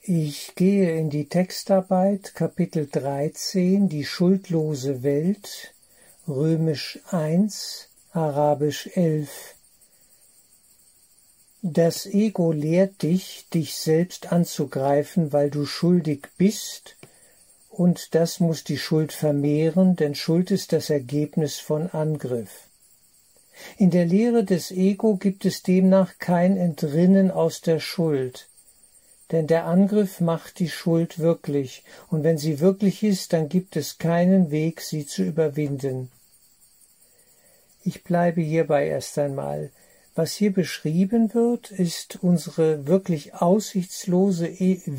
Ich gehe in die Textarbeit, Kapitel 13, die schuldlose Welt, Römisch 1, Arabisch 11. Das Ego lehrt dich, dich selbst anzugreifen, weil du schuldig bist, und das muss die Schuld vermehren, denn Schuld ist das Ergebnis von Angriff. In der Lehre des Ego gibt es demnach kein Entrinnen aus der Schuld. Denn der Angriff macht die Schuld wirklich, und wenn sie wirklich ist, dann gibt es keinen Weg, sie zu überwinden. Ich bleibe hierbei erst einmal. Was hier beschrieben wird, ist unsere wirklich aussichtslose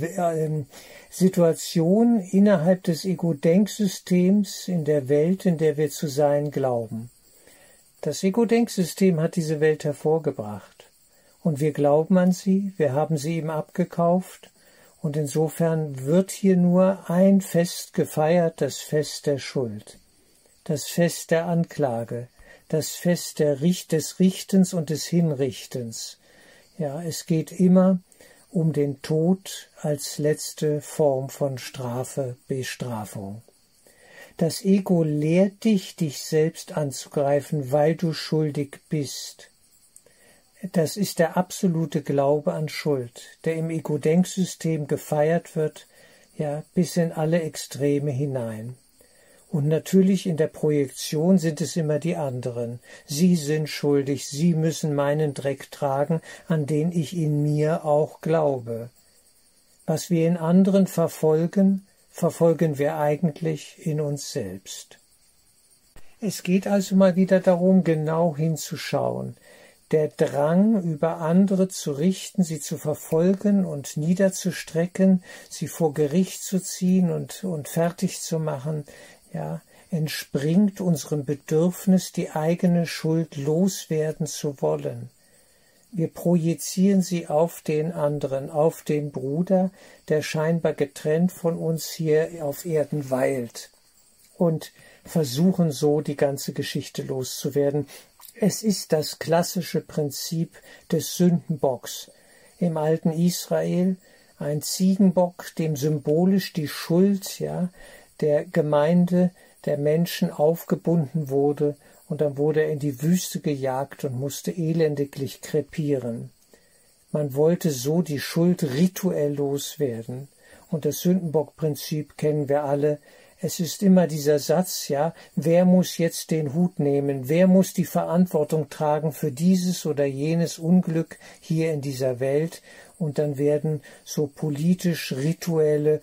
Situation innerhalb des Ego-Denksystems in der Welt, in der wir zu sein glauben. Das Ego-Denksystem hat diese Welt hervorgebracht. Und wir glauben an sie, wir haben sie ihm abgekauft, und insofern wird hier nur ein Fest gefeiert, das Fest der Schuld, das Fest der Anklage, das Fest des Richtens und des Hinrichtens. Ja, es geht immer um den Tod als letzte Form von Strafe, Bestrafung. Das Ego lehrt dich, dich selbst anzugreifen, weil du schuldig bist. Das ist der absolute Glaube an Schuld, der im Ego-Denksystem gefeiert wird, ja, bis in alle Extreme hinein. Und natürlich in der Projektion sind es immer die anderen. Sie sind schuldig, sie müssen meinen Dreck tragen, an den ich in mir auch glaube. Was wir in anderen verfolgen, verfolgen wir eigentlich in uns selbst. Es geht also mal wieder darum, genau hinzuschauen. Der Drang, über andere zu richten, sie zu verfolgen und niederzustrecken, sie vor Gericht zu ziehen und fertig zu machen, ja, entspringt unserem Bedürfnis, die eigene Schuld loswerden zu wollen. Wir projizieren sie auf den anderen, auf den Bruder, der scheinbar getrennt von uns hier auf Erden weilt, und versuchen so, die ganze Geschichte loszuwerden. Es ist das klassische Prinzip des Sündenbocks. Im alten Israel ein Ziegenbock, dem symbolisch die Schuld, ja, der Gemeinde, der Menschen aufgebunden wurde, und dann wurde er in die Wüste gejagt und musste elendiglich krepieren. Man wollte so die Schuld rituell loswerden. Und das Sündenbock-Prinzip kennen wir alle. Es ist immer dieser Satz, ja, wer muss jetzt den Hut nehmen, wer muss die Verantwortung tragen für dieses oder jenes Unglück hier in dieser Welt, und dann werden so politisch rituelle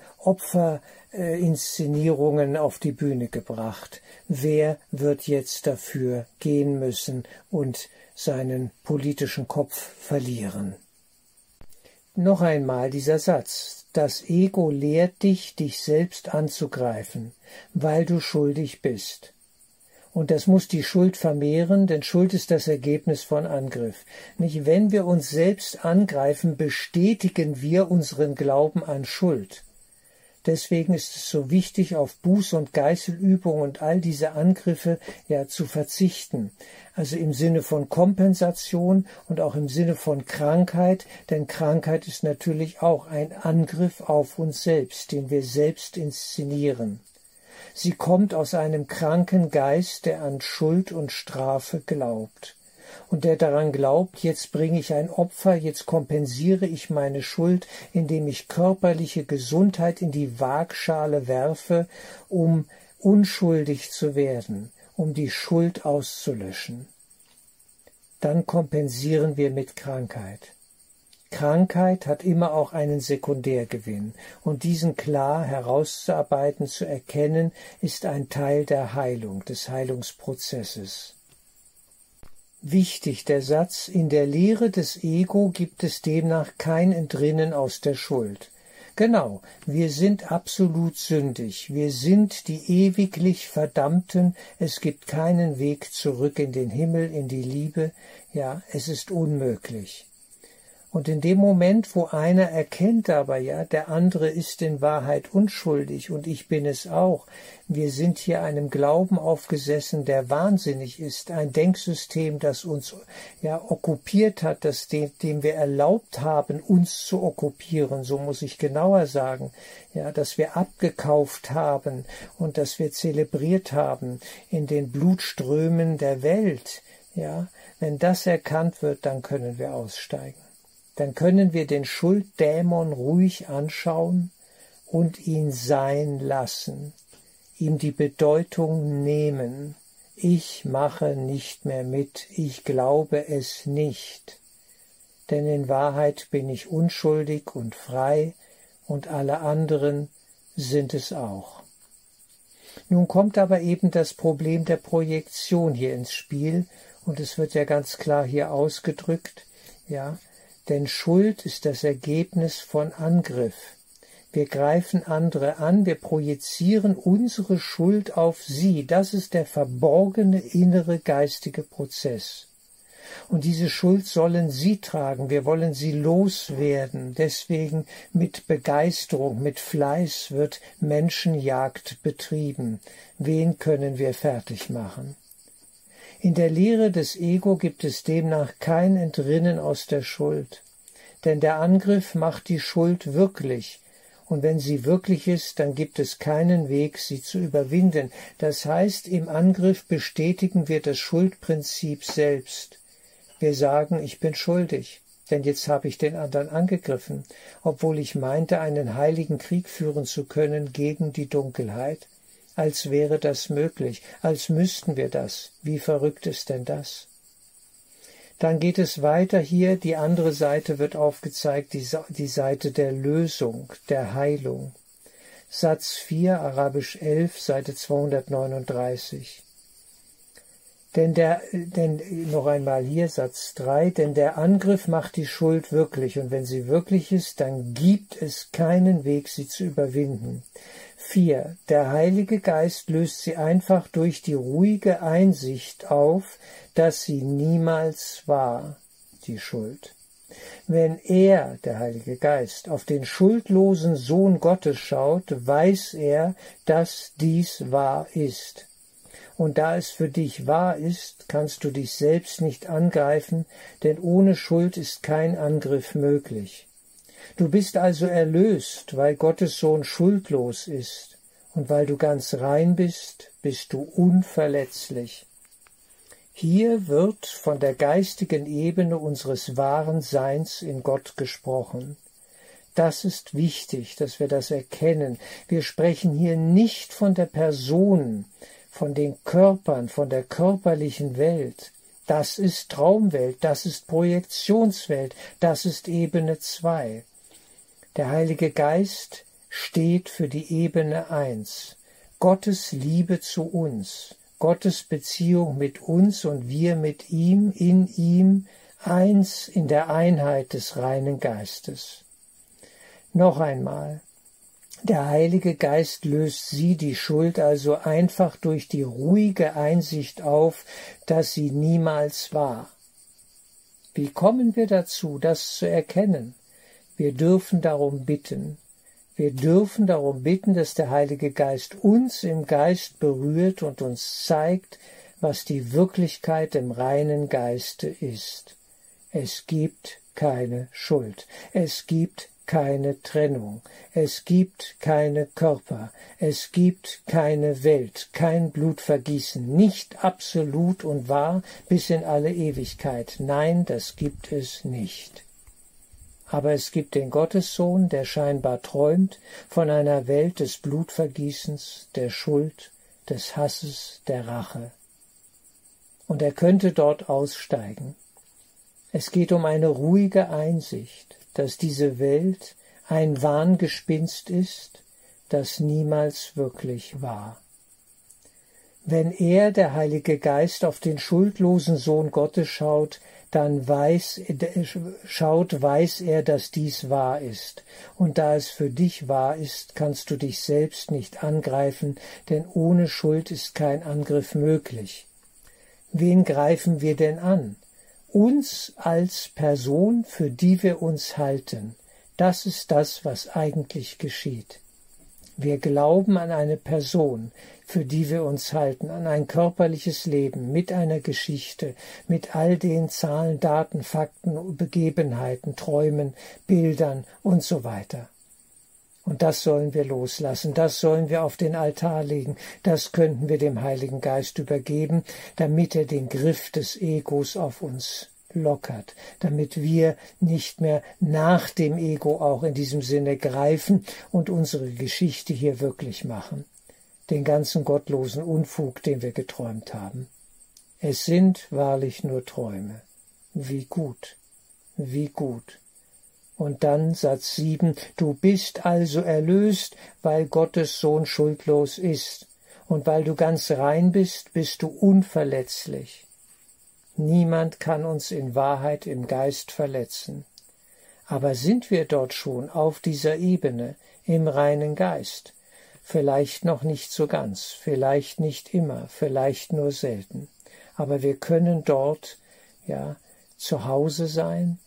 Opferinszenierungen auf die Bühne gebracht. Wer wird jetzt dafür gehen müssen und seinen politischen Kopf verlieren? Noch einmal dieser Satz. Das Ego lehrt dich, dich selbst anzugreifen, weil du schuldig bist. Und das muss die Schuld vermehren, denn Schuld ist das Ergebnis von Angriff. Nicht, wenn wir uns selbst angreifen, bestätigen wir unseren Glauben an Schuld. Deswegen ist es so wichtig, auf Buß- und Geißelübung und all diese Angriffe ja zu verzichten. Also im Sinne von Kompensation und auch im Sinne von Krankheit, denn Krankheit ist natürlich auch ein Angriff auf uns selbst, den wir selbst inszenieren. Sie kommt aus einem kranken Geist, der an Schuld und Strafe glaubt. Und der daran glaubt, jetzt bringe ich ein Opfer, jetzt kompensiere ich meine Schuld, indem ich körperliche Gesundheit in die Waagschale werfe, um unschuldig zu werden, um die Schuld auszulöschen. Dann kompensieren wir mit Krankheit. Krankheit hat immer auch einen Sekundärgewinn, und diesen klar herauszuarbeiten, zu erkennen, ist ein Teil der Heilung, des Heilungsprozesses. Wichtig der Satz, in der Lehre des Ego gibt es demnach kein Entrinnen aus der Schuld. Genau, wir sind absolut sündig, wir sind die ewiglich Verdammten, es gibt keinen Weg zurück in den Himmel, in die Liebe, ja, es ist unmöglich. Und in dem Moment, wo einer erkennt aber, ja, der andere ist in Wahrheit unschuldig und ich bin es auch, wir sind hier einem Glauben aufgesessen, der wahnsinnig ist, ein Denksystem, das uns ja okkupiert hat, dem wir erlaubt haben, uns zu okkupieren, so muss ich genauer sagen, ja, dass wir abgekauft haben und dass wir zelebriert haben in den Blutströmen der Welt, ja, wenn das erkannt wird, dann können wir aussteigen. Dann können wir den Schulddämon ruhig anschauen und ihn sein lassen, ihm die Bedeutung nehmen. Ich mache nicht mehr mit, ich glaube es nicht, denn in Wahrheit bin ich unschuldig und frei und alle anderen sind es auch. Nun kommt aber eben das Problem der Projektion hier ins Spiel und es wird ja ganz klar hier ausgedrückt, ja, denn Schuld ist das Ergebnis von Angriff. Wir greifen andere an, wir projizieren unsere Schuld auf sie. Das ist der verborgene innere geistige Prozess. Und diese Schuld sollen sie tragen, wir wollen sie loswerden. Deswegen mit Begeisterung, mit Fleiß wird Menschenjagd betrieben. Wen können wir fertig machen? In der Lehre des Ego gibt es demnach kein Entrinnen aus der Schuld, denn der Angriff macht die Schuld wirklich, und wenn sie wirklich ist, dann gibt es keinen Weg, sie zu überwinden. Das heißt, im Angriff bestätigen wir das Schuldprinzip selbst. Wir sagen, ich bin schuldig, denn jetzt habe ich den anderen angegriffen, obwohl ich meinte, einen heiligen Krieg führen zu können gegen die Dunkelheit. Als wäre das möglich, als müssten wir das. Wie verrückt ist denn das? Dann geht es weiter hier, die andere Seite wird aufgezeigt, die Seite der Lösung, der Heilung. Satz 4, Arabisch 11, Seite 239. Noch einmal hier Satz 3, denn der Angriff macht die Schuld wirklich, und wenn sie wirklich ist, dann gibt es keinen Weg, sie zu überwinden. 4. Der Heilige Geist löst sie einfach durch die ruhige Einsicht auf, dass sie niemals war, die Schuld. Wenn er, der Heilige Geist, auf den schuldlosen Sohn Gottes schaut, weiß er, dass dies wahr ist. Und da es für dich wahr ist, kannst du dich selbst nicht angreifen, denn ohne Schuld ist kein Angriff möglich. Du bist also erlöst, weil Gottes Sohn schuldlos ist, und weil du ganz rein bist, bist du unverletzlich. Hier wird von der geistigen Ebene unseres wahren Seins in Gott gesprochen. Das ist wichtig, dass wir das erkennen. Wir sprechen hier nicht von der Person, von den Körpern, von der körperlichen Welt. Das ist Traumwelt, das ist Projektionswelt, das ist Ebene 2. Der Heilige Geist steht für die Ebene 1. Gottes Liebe zu uns, Gottes Beziehung mit uns und wir mit ihm, in ihm, eins in der Einheit des reinen Geistes. Noch einmal. Der Heilige Geist löst sie, die Schuld, also einfach durch die ruhige Einsicht auf, dass sie niemals war. Wie kommen wir dazu, das zu erkennen? Wir dürfen darum bitten. Wir dürfen darum bitten, dass der Heilige Geist uns im Geist berührt und uns zeigt, was die Wirklichkeit im reinen Geiste ist. Es gibt keine Schuld. Es gibt keine Trennung. Es gibt keine Körper. Es gibt keine Welt, kein Blutvergießen, nicht absolut und wahr bis in alle Ewigkeit. Nein, das gibt es nicht. Aber es gibt den Gottessohn, der scheinbar träumt von einer Welt des Blutvergießens, der Schuld, des Hasses, der Rache. Und er könnte dort aussteigen. Es geht um eine ruhige Einsicht, dass diese Welt ein Wahngespinst ist, das niemals wirklich war. Wenn er, der Heilige Geist, auf den schuldlosen Sohn Gottes schaut, dann weiß er, dass dies wahr ist. Und da es für dich wahr ist, kannst du dich selbst nicht angreifen, denn ohne Schuld ist kein Angriff möglich. Wen greifen wir denn an? uns als Person, für die wir uns halten. Das ist das, was eigentlich geschieht. Wir glauben an eine Person, für die wir uns halten, an ein körperliches Leben mit einer Geschichte, mit all den Zahlen, Daten, Fakten, Begebenheiten, Träumen, Bildern und so weiter. Und das sollen wir loslassen, das sollen wir auf den Altar legen, das könnten wir dem Heiligen Geist übergeben, damit er den Griff des Egos auf uns lockert, damit wir nicht mehr nach dem Ego auch in diesem Sinne greifen und unsere Geschichte hier wirklich machen, den ganzen gottlosen Unfug, den wir geträumt haben. Es sind wahrlich nur Träume. Wie gut, wie gut. Und dann Satz 7, du bist also erlöst, weil Gottes Sohn schuldlos ist, und weil du ganz rein bist, bist du unverletzlich. Niemand kann uns in Wahrheit im Geist verletzen. Aber sind wir dort schon auf dieser Ebene, im reinen Geist? Vielleicht noch nicht so ganz, vielleicht nicht immer, vielleicht nur selten. Aber wir können dort, zu Hause sein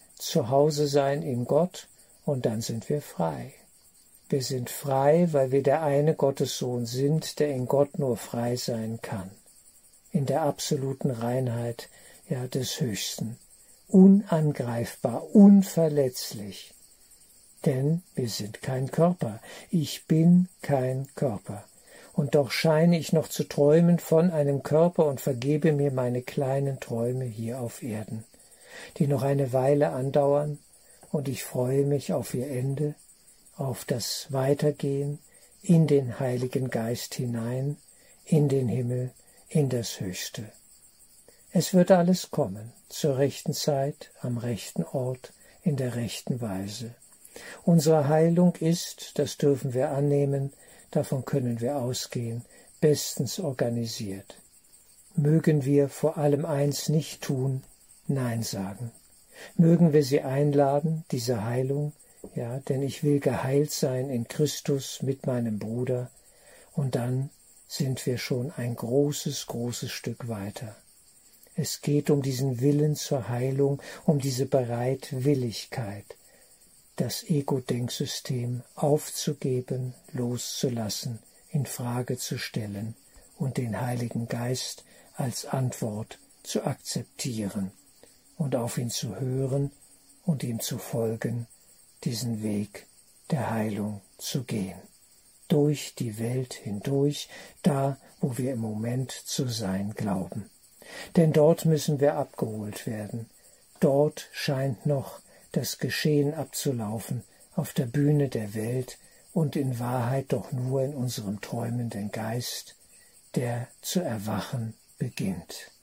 in Gott, und dann sind wir frei. Wir sind frei, weil wir der eine Gottessohn sind, der in Gott nur frei sein kann. In der absoluten Reinheit, des Höchsten. Unangreifbar, unverletzlich. Denn wir sind kein Körper. Ich bin kein Körper. Und doch scheine ich noch zu träumen von einem Körper und vergebe mir meine kleinen Träume hier auf Erden, die noch eine Weile andauern, und ich freue mich auf ihr Ende, auf das Weitergehen in den Heiligen Geist hinein, in den Himmel, in das Höchste. Es wird alles kommen, zur rechten Zeit, am rechten Ort, in der rechten Weise. Unsere Heilung ist, das dürfen wir annehmen, davon können wir ausgehen, bestens organisiert. Mögen wir vor allem eins nicht tun, Nein sagen. Mögen wir sie einladen, diese Heilung, denn ich will geheilt sein in Christus mit meinem Bruder, und dann sind wir schon ein großes, großes Stück weiter. Es geht um diesen Willen zur Heilung, um diese Bereitwilligkeit, das Ego-Denksystem aufzugeben, loszulassen, in Frage zu stellen und den Heiligen Geist als Antwort zu akzeptieren und auf ihn zu hören und ihm zu folgen, diesen Weg der Heilung zu gehen. Durch die Welt hindurch, da, wo wir im Moment zu sein glauben. Denn dort müssen wir abgeholt werden. Dort scheint noch das Geschehen abzulaufen, auf der Bühne der Welt und in Wahrheit doch nur in unserem träumenden Geist, der zu erwachen beginnt.